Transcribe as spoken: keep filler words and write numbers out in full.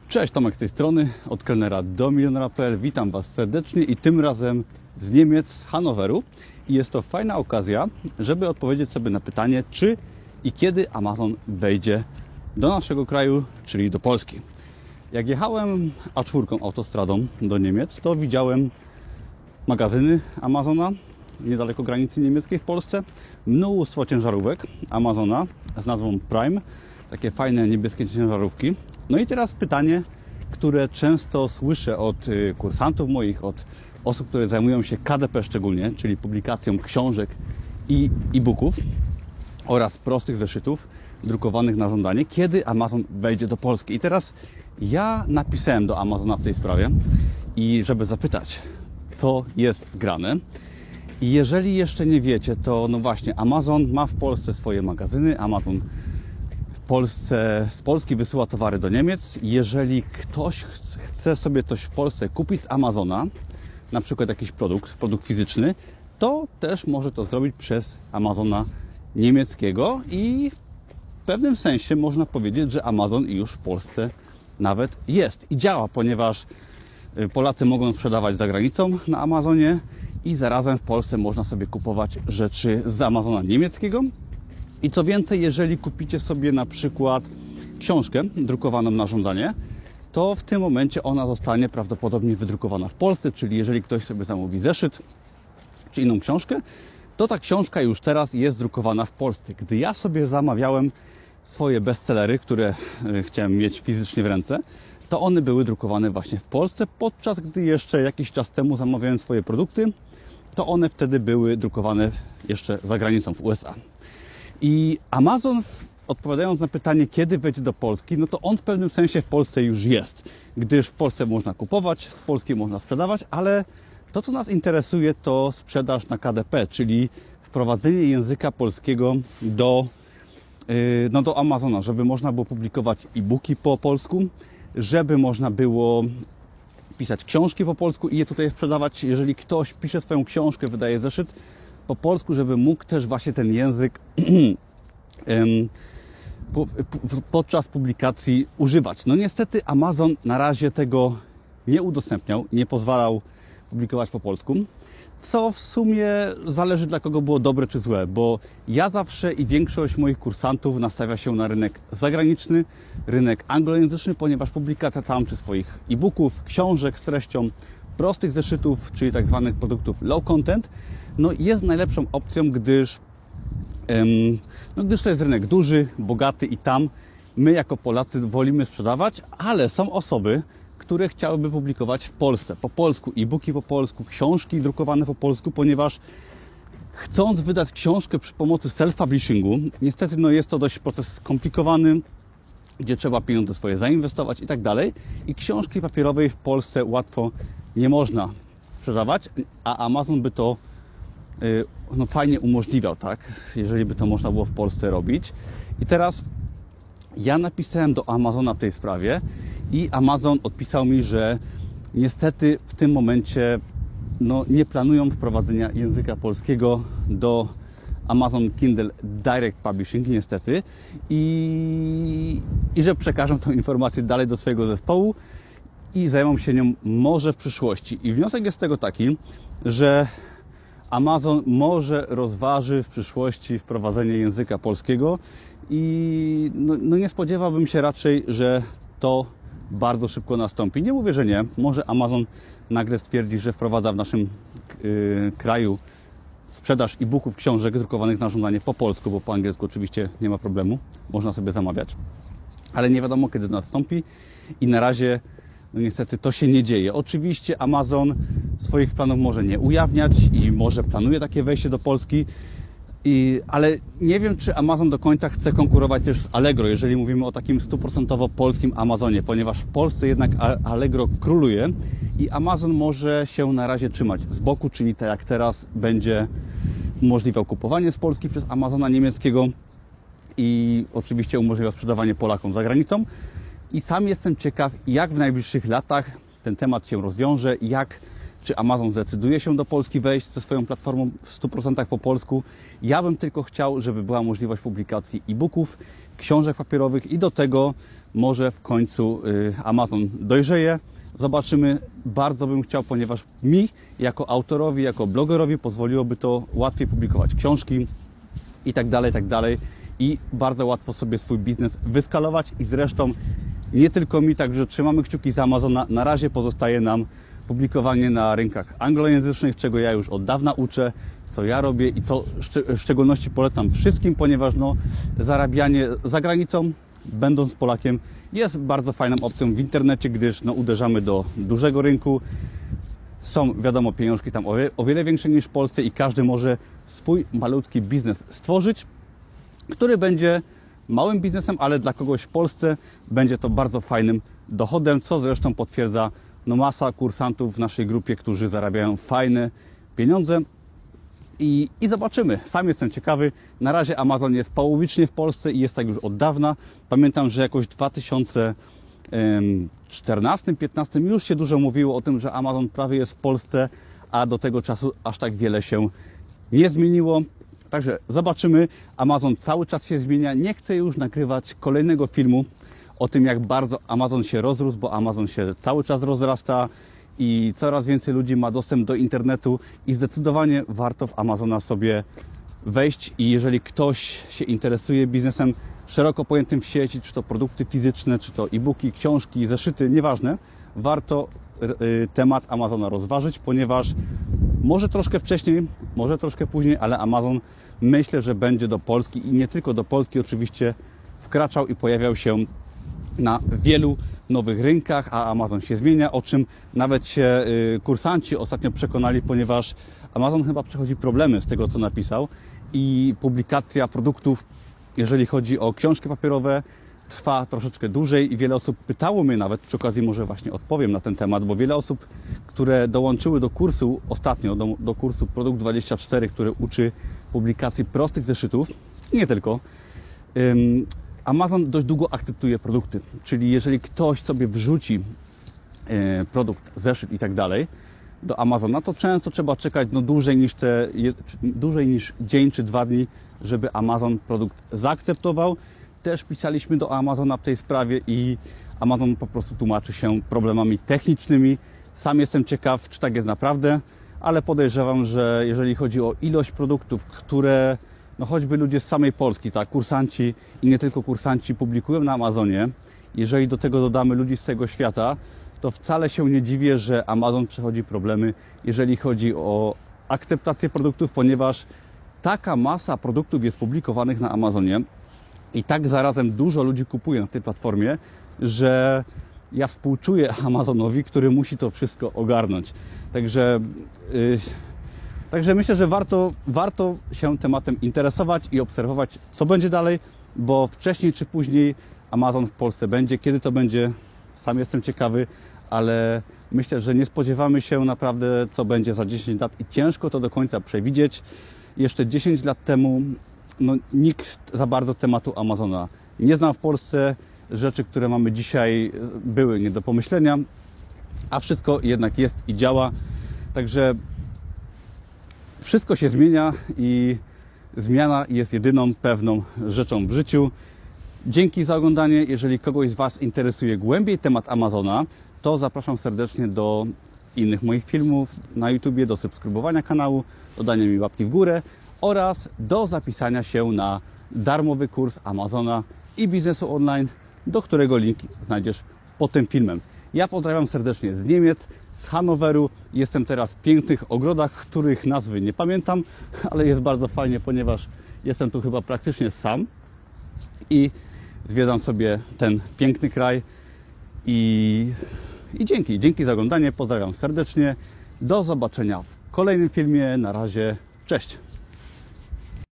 Cześć, Tomek z tej strony, od kelnera do milionera kropka p l. Witam Was serdecznie i tym razem z Niemiec, z Hanoweru. I jest to fajna okazja, żeby odpowiedzieć sobie na pytanie, czy i kiedy Amazon wejdzie do naszego kraju, czyli do Polski. Jak jechałem A cztery autostradą do Niemiec, to widziałem magazyny Amazona niedaleko granicy niemieckiej w Polsce, mnóstwo ciężarówek Amazona z nazwą Prime, takie fajne niebieskie ciężarówki. No i teraz pytanie, które często słyszę od kursantów moich, od osób, które zajmują się K D P szczególnie, czyli publikacją książek i e-booków oraz prostych zeszytów drukowanych na żądanie, kiedy Amazon wejdzie do Polski. I teraz ja napisałem do Amazona w tej sprawie i żeby zapytać, co jest grane. I jeżeli jeszcze nie wiecie, to no właśnie Amazon ma w Polsce swoje magazyny, Amazon w Polsce, z Polski wysyła towary do Niemiec. Jeżeli ktoś chce sobie coś w Polsce kupić z Amazona, na przykład jakiś produkt, produkt fizyczny, to też może to zrobić przez Amazona niemieckiego i w pewnym sensie można powiedzieć, że Amazon już w Polsce nawet jest i działa, ponieważ Polacy mogą sprzedawać za granicą na Amazonie i zarazem w Polsce można sobie kupować rzeczy z Amazona niemieckiego. I co więcej, jeżeli kupicie sobie na przykład książkę drukowaną na żądanie, to w tym momencie ona zostanie prawdopodobnie wydrukowana w Polsce, czyli jeżeli ktoś sobie zamówi zeszyt czy inną książkę, to ta książka już teraz jest drukowana w Polsce. Gdy ja sobie zamawiałem swoje bestsellery, które chciałem mieć fizycznie w ręce, to one były drukowane właśnie w Polsce, podczas gdy jeszcze jakiś czas temu zamawiałem swoje produkty, to one wtedy były drukowane jeszcze za granicą w U S A. I Amazon, odpowiadając na pytanie, kiedy wejdzie do Polski, no to on w pewnym sensie w Polsce już jest, gdyż w Polsce można kupować, z Polski można sprzedawać, ale to, co nas interesuje, to sprzedaż na K D P, czyli wprowadzenie języka polskiego do, no do Amazona, żeby można było publikować e-booki po polsku, żeby można było pisać książki po polsku i je tutaj sprzedawać. Jeżeli ktoś pisze swoją książkę, wydaje zeszyt po polsku, żeby mógł też właśnie ten język podczas publikacji używać. No niestety Amazon na razie tego nie udostępniał, nie pozwalał publikować po polsku, co w sumie zależy, dla kogo było dobre czy złe, bo ja zawsze i większość moich kursantów nastawia się na rynek zagraniczny, rynek anglojęzyczny, ponieważ publikacja tam czy swoich e-booków, książek z treścią, prostych zeszytów, czyli tak zwanych produktów low content, no jest najlepszą opcją, gdyż, ym, no gdyż to jest rynek duży, bogaty i tam my jako Polacy wolimy sprzedawać, ale są osoby, które chciałyby publikować w Polsce, po polsku, e-booki po polsku, książki drukowane po polsku, ponieważ chcąc wydać książkę przy pomocy self-publishingu, niestety no jest to dość proces skomplikowany, gdzie trzeba pieniądze swoje zainwestować i tak dalej. I książki papierowej w Polsce łatwo nie można sprzedawać, a Amazon by to yy, no, fajnie umożliwiał, tak? Jeżeli by to można było w Polsce robić. I teraz ja napisałem do Amazona w tej sprawie i Amazon odpisał mi, że niestety w tym momencie no, nie planują wprowadzenia języka polskiego do Amazon Kindle Direct Publishing, niestety, i, i że przekażą tę informację dalej do swojego zespołu i zajmą się nią może w przyszłości. I wniosek jest z tego taki, że Amazon może rozważy w przyszłości wprowadzenie języka polskiego i no, no nie spodziewałbym się raczej, że to bardzo szybko nastąpi. Nie mówię, że nie. Może Amazon nagle stwierdzi, że wprowadza w naszym yy, kraju sprzedaż e-booków, książek drukowanych na żądanie po polsku, bo po angielsku oczywiście nie ma problemu. Można sobie zamawiać. Ale nie wiadomo, kiedy to nastąpi i na razie no niestety to się nie dzieje. Oczywiście Amazon swoich planów może nie ujawniać i może planuje takie wejście do Polski, I, ale nie wiem, czy Amazon do końca chce konkurować też z Allegro, jeżeli mówimy o takim stuprocentowo polskim Amazonie, ponieważ w Polsce jednak Allegro króluje i Amazon może się na razie trzymać z boku, czyli tak jak teraz będzie umożliwiał kupowanie z Polski przez Amazona niemieckiego i oczywiście umożliwia sprzedawanie Polakom za granicą. I sam jestem ciekaw, jak w najbliższych latach ten temat się rozwiąże, jak czy Amazon zdecyduje się do Polski wejść ze swoją platformą w stu procentach po polsku. Ja bym tylko chciał, żeby była możliwość publikacji e-booków, książek papierowych i do tego może w końcu Amazon dojrzeje. Zobaczymy. Bardzo bym chciał, ponieważ mi jako autorowi, jako blogerowi pozwoliłoby to łatwiej publikować książki i tak dalej, tak dalej. I bardzo łatwo sobie swój biznes wyskalować i zresztą nie tylko mi, także trzymamy kciuki za Amazona. Na razie pozostaje nam publikowanie na rynkach anglojęzycznych, czego ja już od dawna uczę, co ja robię i co w szczególności polecam wszystkim, ponieważ no, zarabianie za granicą, będąc Polakiem, jest bardzo fajną opcją w internecie, gdyż no, uderzamy do dużego rynku. Są, wiadomo, pieniążki tam o, o wiele większe niż w Polsce i każdy może swój malutki biznes stworzyć, który będzie małym biznesem, ale dla kogoś w Polsce będzie to bardzo fajnym dochodem, co zresztą potwierdza no, masa kursantów w naszej grupie, którzy zarabiają fajne pieniądze. I, I zobaczymy. Sam jestem ciekawy. Na razie Amazon jest połowicznie w Polsce i jest tak już od dawna. Pamiętam, że jakoś w dwa tysiące czternastym piętnastym już się dużo mówiło o tym, że Amazon prawie jest w Polsce, a do tego czasu aż tak wiele się nie zmieniło. Także zobaczymy. Amazon cały czas się zmienia. Nie chcę już nagrywać kolejnego filmu o tym, jak bardzo Amazon się rozrósł, bo Amazon się cały czas rozrasta i coraz więcej ludzi ma dostęp do internetu i zdecydowanie warto w Amazona sobie wejść. I jeżeli ktoś się interesuje biznesem szeroko pojętym w sieci, czy to produkty fizyczne, czy to e-booki, książki, zeszyty, nieważne, warto temat Amazona rozważyć, ponieważ może troszkę wcześniej, może troszkę później, ale Amazon myślę, że będzie do Polski i nie tylko do Polski oczywiście wkraczał i pojawiał się na wielu nowych rynkach, a Amazon się zmienia, o czym nawet się kursanci ostatnio przekonali, ponieważ Amazon chyba przechodzi problemy z tego, co napisał i publikacja produktów, jeżeli chodzi o książki papierowe, trwa troszeczkę dłużej i wiele osób pytało mnie nawet, przy okazji może właśnie odpowiem na ten temat, bo wiele osób, które dołączyły do kursu ostatnio, do, do kursu Produkt dwadzieścia cztery, który uczy publikacji prostych zeszytów, nie tylko, ym, Amazon dość długo akceptuje produkty, czyli jeżeli ktoś sobie wrzuci yy, produkt, zeszyt i tak dalej do Amazona, to często trzeba czekać no, dłużej niż te, dłużej niż dzień czy dwa dni, żeby Amazon produkt zaakceptował. Też pisaliśmy do Amazona w tej sprawie i Amazon po prostu tłumaczy się problemami technicznymi. Sam jestem ciekaw, czy tak jest naprawdę, ale podejrzewam, że jeżeli chodzi o ilość produktów, które no choćby ludzie z samej Polski, tak, kursanci i nie tylko kursanci publikują na Amazonie, jeżeli do tego dodamy ludzi z całego świata, to wcale się nie dziwię, że Amazon przechodzi problemy, jeżeli chodzi o akceptację produktów, ponieważ taka masa produktów jest publikowanych na Amazonie i tak zarazem dużo ludzi kupuje na tej platformie, że ja współczuję Amazonowi, który musi to wszystko ogarnąć. Także, yy, także myślę, że warto, warto się tematem interesować i obserwować, co będzie dalej, bo wcześniej czy później Amazon w Polsce będzie. Kiedy to będzie, sam jestem ciekawy, ale myślę, że nie spodziewamy się naprawdę, co będzie za dziesięć lat i ciężko to do końca przewidzieć. Jeszcze dziesięć lat temu no, nikt za bardzo tematu Amazona nie znał w Polsce. Rzeczy, które mamy dzisiaj, były nie do pomyślenia, a wszystko jednak jest i działa. Także wszystko się zmienia i zmiana jest jedyną pewną rzeczą w życiu. Dzięki za oglądanie. Jeżeli kogoś z Was interesuje głębiej temat Amazona, to zapraszam serdecznie do innych moich filmów na YouTubie, do subskrybowania kanału, do dania mi łapki w górę oraz do zapisania się na darmowy kurs Amazona i biznesu online, do którego link znajdziesz pod tym filmem. Ja pozdrawiam serdecznie z Niemiec, z Hanoweru. Jestem teraz w pięknych ogrodach, których nazwy nie pamiętam, ale jest bardzo fajnie, ponieważ jestem tu chyba praktycznie sam i zwiedzam sobie ten piękny kraj. I, i dzięki, dzięki za oglądanie. Pozdrawiam serdecznie. Do zobaczenia w kolejnym filmie. Na razie, cześć!